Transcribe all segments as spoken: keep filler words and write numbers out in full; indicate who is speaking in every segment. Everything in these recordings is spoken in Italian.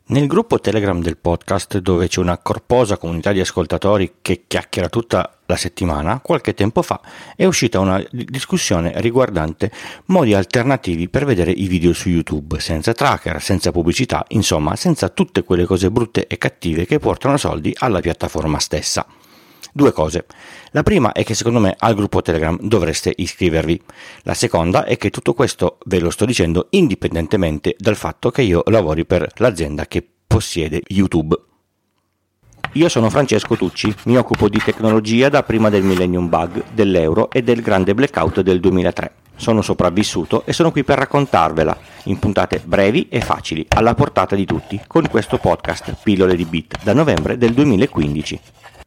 Speaker 1: Nel gruppo Telegram del podcast, dove c'è una corposa comunità di ascoltatori che chiacchiera tutta la settimana, qualche tempo fa è uscita una discussione riguardante modi alternativi per vedere i video su YouTube, senza tracker, senza pubblicità, insomma senza tutte quelle cose brutte e cattive che portano soldi alla piattaforma stessa. Due cose. La prima è che secondo me al gruppo Telegram dovreste iscrivervi. La seconda è che tutto questo ve lo sto dicendo indipendentemente dal fatto che io lavori per l'azienda che possiede YouTube. Io sono Francesco Tucci, mi occupo di tecnologia da prima del Millennium Bug, dell'euro e del grande blackout del duemilatré. Sono sopravvissuto e sono qui per raccontarvela in puntate brevi e facili, alla portata di tutti, con questo podcast Pillole di Bit da novembre del duemilaquindici.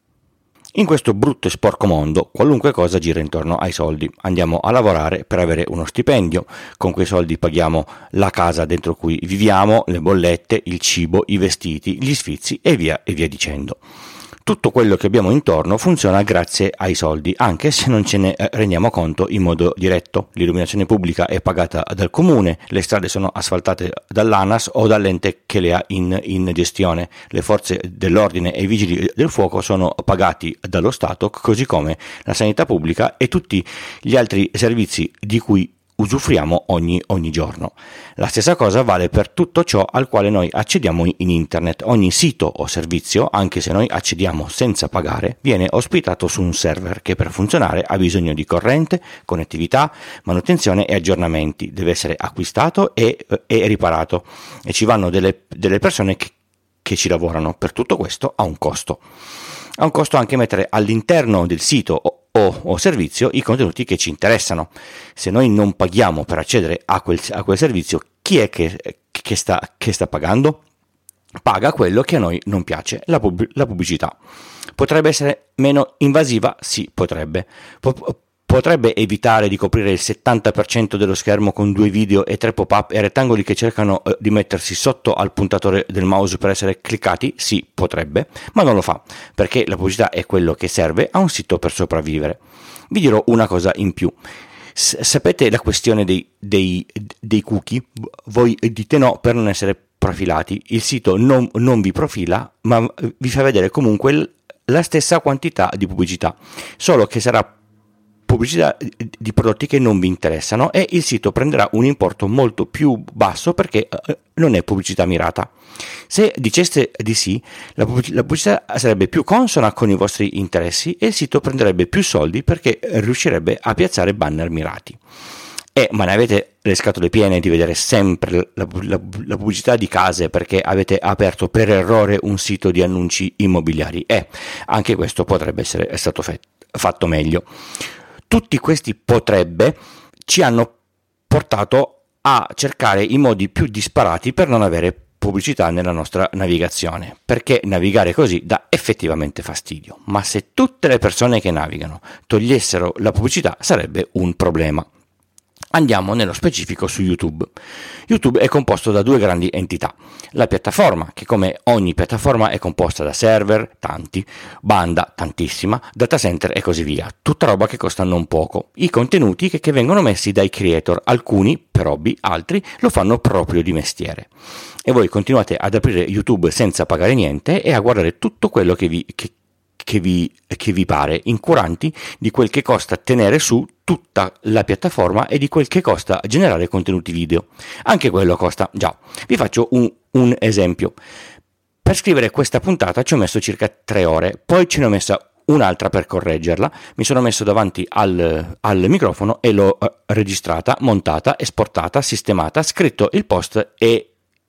Speaker 1: In questo brutto e sporco mondo, qualunque cosa gira intorno ai soldi. Andiamo a lavorare per avere uno stipendio, con quei soldi paghiamo la casa dentro cui viviamo, le bollette, il cibo, i vestiti, gli sfizi e via e via dicendo. Tutto quello che abbiamo intorno funziona grazie ai soldi, anche se non ce ne rendiamo conto in modo diretto. L'illuminazione pubblica è pagata dal comune, le strade sono asfaltate dall'ANAS o dall'ente che le ha in, in gestione, le forze dell'ordine e i vigili del fuoco sono pagati dallo Stato, così come la sanità pubblica e tutti gli altri servizi di cui usufruiamo ogni, ogni giorno. La stessa cosa vale per tutto ciò al quale noi accediamo in internet. Ogni sito o servizio, anche se noi accediamo senza pagare, viene ospitato su un server che per funzionare ha bisogno di corrente, connettività, manutenzione e aggiornamenti. Deve essere acquistato e, e riparato e ci vanno delle, delle persone che, che ci lavorano. Per tutto questo ha un costo. Ha un costo anche mettere all'interno del sito o O, o servizio i contenuti che ci interessano. Se noi non paghiamo per accedere a quel, a quel servizio, chi è che, che, sta, che sta pagando? Paga quello che a noi non piace, la, pub, la pubblicità. Potrebbe essere meno invasiva? Sì, potrebbe. Po- Potrebbe evitare di coprire il settanta per cento dello schermo con due video e tre pop-up e rettangoli che cercano eh, di mettersi sotto al puntatore del mouse per essere cliccati? Sì, potrebbe, ma non lo fa, perché la pubblicità è quello che serve a un sito per sopravvivere. Vi dirò una cosa in più. S- sapete la questione dei, dei, dei cookie? Voi dite no per non essere profilati. Il sito non, non vi profila, ma vi fa vedere comunque l- la stessa quantità di pubblicità, solo che sarà pubblicità di prodotti che non vi interessano e il sito prenderà un importo molto più basso perché non è pubblicità mirata. Se diceste di sì, la pubblicità sarebbe più consona con i vostri interessi e il sito prenderebbe più soldi perché riuscirebbe a piazzare banner mirati. Eh, ma ne avete le scatole piene di vedere sempre la, la, la pubblicità di case perché avete aperto per errore un sito di annunci immobiliari. Eh, anche questo potrebbe essere stato fe- fatto meglio. Tutti questi potrebbe ci hanno portato a cercare i modi più disparati per non avere pubblicità nella nostra navigazione, perché navigare così dà effettivamente fastidio. Ma se tutte le persone che navigano togliessero la pubblicità sarebbe un problema. Andiamo nello specifico su YouTube. YouTube è composto da due grandi entità. La piattaforma, che come ogni piattaforma è composta da server, tanti, banda, tantissima, data center e così via. Tutta roba che costa non poco. I contenuti che, che vengono messi dai creator, alcuni per hobby, altri lo fanno proprio di mestiere. E voi continuate ad aprire YouTube senza pagare niente e a guardare tutto quello che vi... Che, Che vi, che vi pare, incuranti di quel che costa tenere su tutta la piattaforma e di quel che costa generare contenuti video. Anche quello costa. Già, vi faccio un, un esempio. Per scrivere questa puntata ci ho messo circa tre ore, poi ce ne ho messa un'altra per correggerla, mi sono messo davanti al, al microfono e l'ho registrata, montata, esportata, sistemata, scritto il post e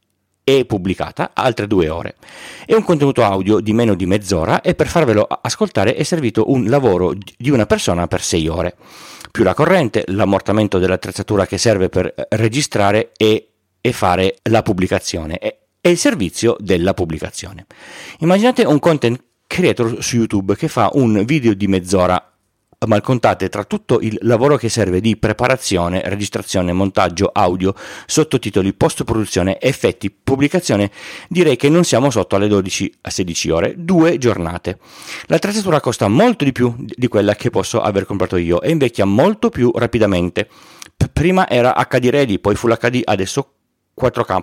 Speaker 1: e pubblicata altre due ore. È un contenuto audio di meno di mezz'ora e per farvelo ascoltare è servito un lavoro di una persona per sei ore, più la corrente, l'ammortamento dell'attrezzatura che serve per registrare e, e fare la pubblicazione e, e il servizio della pubblicazione. Immaginate un content creator su YouTube che fa un video di mezz'ora. Mal contate, tra tutto il lavoro che serve di preparazione, registrazione, montaggio, audio, sottotitoli, post-produzione, effetti, pubblicazione, direi che non siamo sotto alle dodici a sedici ore, due giornate. L'attrezzatura costa molto di più di quella che posso aver comprato io e invecchia molto più rapidamente. P- prima era acca di ready, poi Full acca di, adesso quattro K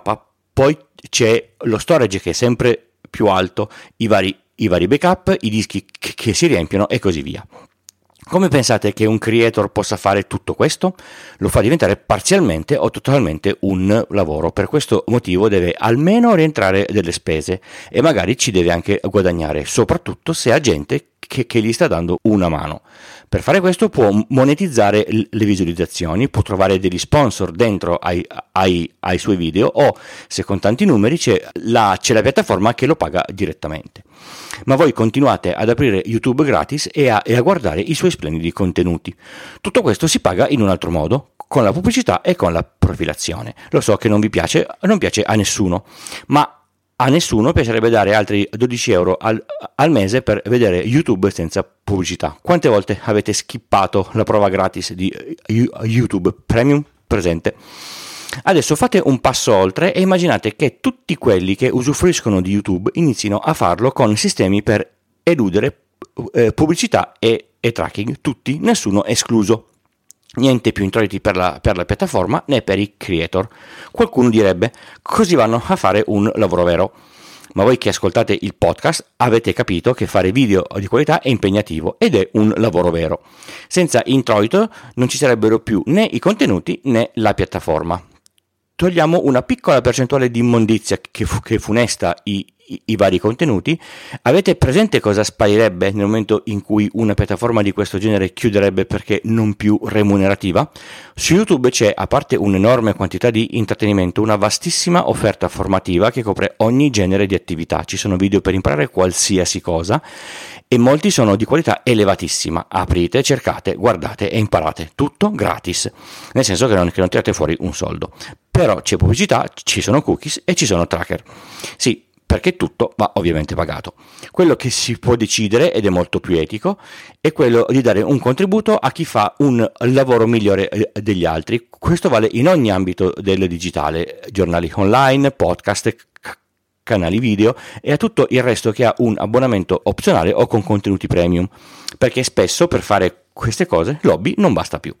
Speaker 1: poi c'è lo storage che è sempre più alto, i vari, i vari backup, i dischi che, che si riempiono e così via. Come pensate che un creator possa fare tutto questo? Lo fa diventare parzialmente o totalmente un lavoro. Per questo motivo deve almeno rientrare delle spese e magari ci deve anche guadagnare, soprattutto se ha gente che, che gli sta dando una mano. Per fare questo può monetizzare le visualizzazioni, può trovare degli sponsor dentro ai, ai, ai suoi video, o se con tanti numeri c'è la, c'è la piattaforma che lo paga direttamente. Ma voi continuate ad aprire YouTube gratis e a, e a guardare i suoi splendidi contenuti. Tutto questo si paga in un altro modo, con la pubblicità e con la profilazione. Lo so che non vi piace, non piace a nessuno, ma a nessuno piacerebbe dare altri dodici euro al, al mese per vedere YouTube senza pubblicità. Quante volte avete skippato la prova gratis di YouTube Premium? Presente. Adesso fate un passo oltre e immaginate che tutti quelli che usufruiscono di YouTube inizino a farlo con sistemi per eludere eh, pubblicità e, e tracking, tutti, nessuno escluso. Niente più introiti per la, per la piattaforma né per i creator. Qualcuno direbbe: così vanno a fare un lavoro vero. Ma voi che ascoltate il podcast avete capito che fare video di qualità è impegnativo ed è un lavoro vero. Senza introito non ci sarebbero più né i contenuti né la piattaforma. Togliamo una piccola percentuale di immondizia che, fu, che funesta i, i, i vari contenuti. Avete presente cosa sparirebbe nel momento in cui una piattaforma di questo genere chiuderebbe perché non più remunerativa? Su YouTube c'è, a parte un'enorme quantità di intrattenimento, una vastissima offerta formativa che copre ogni genere di attività. Ci sono video per imparare qualsiasi cosa e molti sono di qualità elevatissima. Aprite, cercate, guardate e imparate. Tutto gratis, nel senso che non, che non tirate fuori un soldo. Però c'è pubblicità, ci sono cookies e ci sono tracker. Sì, perché tutto va ovviamente pagato. Quello che si può decidere, ed è molto più etico, è quello di dare un contributo a chi fa un lavoro migliore degli altri. Questo vale in ogni ambito del digitale: giornali online, podcast, canali video e a tutto il resto che ha un abbonamento opzionale o con contenuti premium, perché spesso per fare queste cose l'hobby non basta più.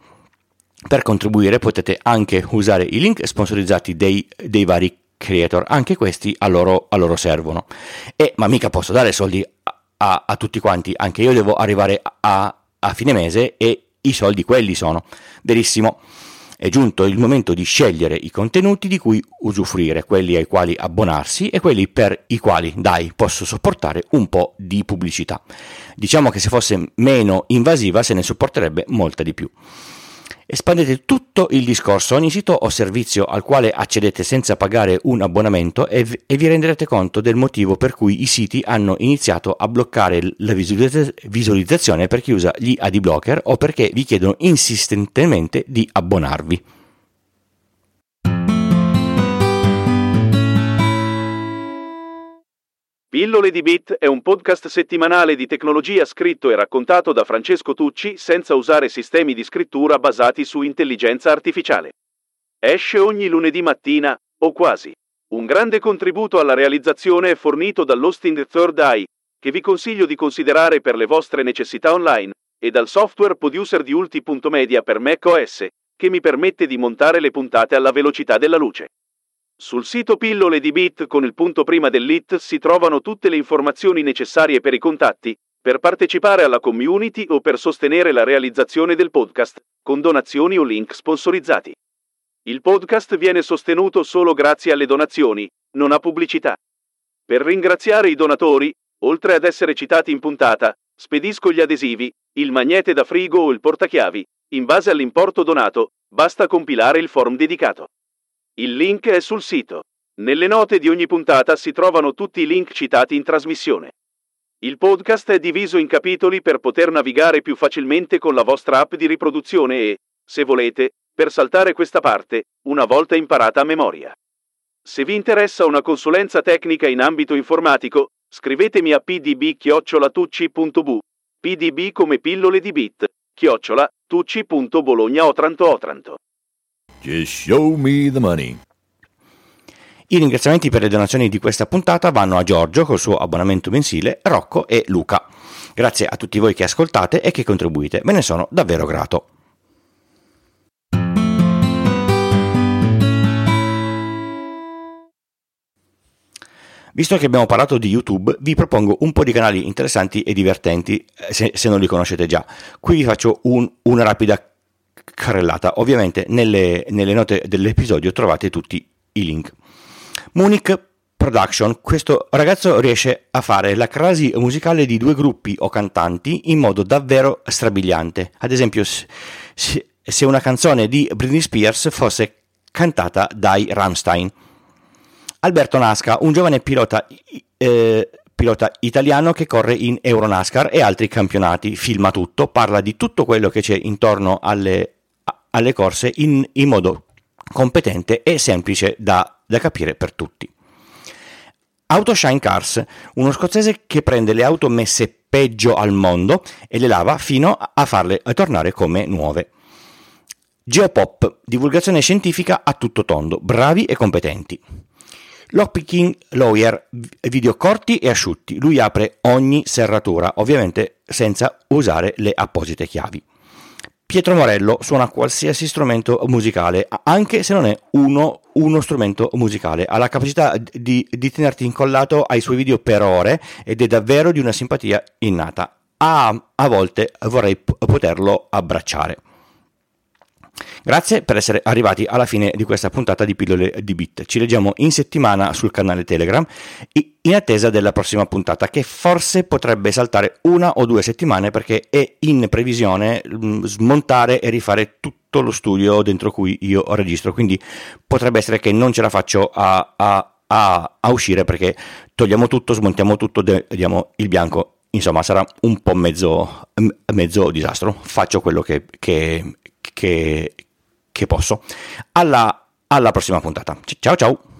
Speaker 1: Per contribuire potete anche usare i link sponsorizzati dei, dei vari creator, anche questi a loro, a loro servono. E ma mica posso dare soldi a, a, a tutti quanti, anche io devo arrivare a, a fine mese e i soldi quelli sono. Verissimo. È giunto il momento di scegliere i contenuti di cui usufruire, quelli ai quali abbonarsi e quelli per i quali, dai, posso sopportare un po' di pubblicità. Diciamo che se fosse meno invasiva se ne sopporterebbe molta di più. Espandete tutto il discorso, ogni sito o servizio al quale accedete senza pagare un abbonamento e, v- e vi renderete conto del motivo per cui i siti hanno iniziato a bloccare la visualizz- visualizzazione per chi usa gli ad blocker o perché vi chiedono insistentemente di abbonarvi.
Speaker 2: Pillole di Bit è un podcast settimanale di tecnologia scritto e raccontato da Francesco Tucci senza usare sistemi di scrittura basati su intelligenza artificiale. Esce ogni lunedì mattina, o quasi. Un grande contributo alla realizzazione è fornito dall'hosting Third Eye, che vi consiglio di considerare per le vostre necessità online, e dal software producer di Ulti.media per macOS, che mi permette di montare le puntate alla velocità della luce. Sul sito Pillole di Bit con il punto prima dell'I T si trovano tutte le informazioni necessarie per i contatti, per partecipare alla community o per sostenere la realizzazione del podcast, con donazioni o link sponsorizzati. Il podcast viene sostenuto solo grazie alle donazioni, non a pubblicità. Per ringraziare i donatori, oltre ad essere citati in puntata, spedisco gli adesivi, il magnete da frigo o il portachiavi. In base all'importo donato, basta compilare il form dedicato. Il link è sul sito. Nelle note di ogni puntata si trovano tutti i link citati in trasmissione. Il podcast è diviso in capitoli per poter navigare più facilmente con la vostra app di riproduzione e, se volete, per saltare questa parte, una volta imparata a memoria. Se vi interessa una consulenza tecnica in ambito informatico, scrivetemi a p d b chiocciola tucci punto b u, pdb come pillole di bit, chiocciola tucci punto bologna otranto otranto.
Speaker 3: Just show me the money.
Speaker 1: I ringraziamenti per le donazioni di questa puntata vanno a Giorgio col suo abbonamento mensile, Rocco e Luca. Grazie a tutti voi che ascoltate e che contribuite, ve ne sono davvero grato. Visto che abbiamo parlato di YouTube, vi propongo un po' di canali interessanti e divertenti, se, se non li conoscete già. Qui vi faccio un, una rapida carrellata. Ovviamente nelle, nelle note dell'episodio trovate tutti i link. Munich Production. Questo ragazzo riesce a fare la crasi musicale di due gruppi o cantanti in modo davvero strabiliante. Ad esempio, se una canzone di Britney Spears fosse cantata dai Rammstein. Alberto Nasca, un giovane pilota, eh, pilota italiano che corre in Euronascar e altri campionati, filma tutto, parla di tutto quello che c'è intorno alle, alle corse in, in modo competente e semplice da, da capire per tutti. Autoshine Cars, uno scozzese che prende le auto messe peggio al mondo e le lava fino a farle tornare come nuove. Geopop, divulgazione scientifica a tutto tondo, bravi e competenti. Lockpicking Lawyer, video corti e asciutti, lui apre ogni serratura, ovviamente senza usare le apposite chiavi. Pietro Morello suona qualsiasi strumento musicale, anche se non è uno, uno strumento musicale, ha la capacità di, di tenerti incollato ai suoi video per ore ed è davvero di una simpatia innata. A, a volte vorrei p- poterlo abbracciare. Grazie per essere arrivati alla fine di questa puntata di Pillole di Bit. Ci leggiamo in settimana sul canale Telegram in attesa della prossima puntata, che forse potrebbe saltare una o due settimane perché è in previsione smontare e rifare tutto lo studio dentro cui io registro, quindi potrebbe essere che non ce la faccio a, a, a, a uscire perché togliamo tutto, smontiamo tutto, diamo il bianco, insomma sarà un po' mezzo, mezzo disastro. Faccio quello che, che, che, che posso. Alla, alla prossima puntata. Ciao ciao!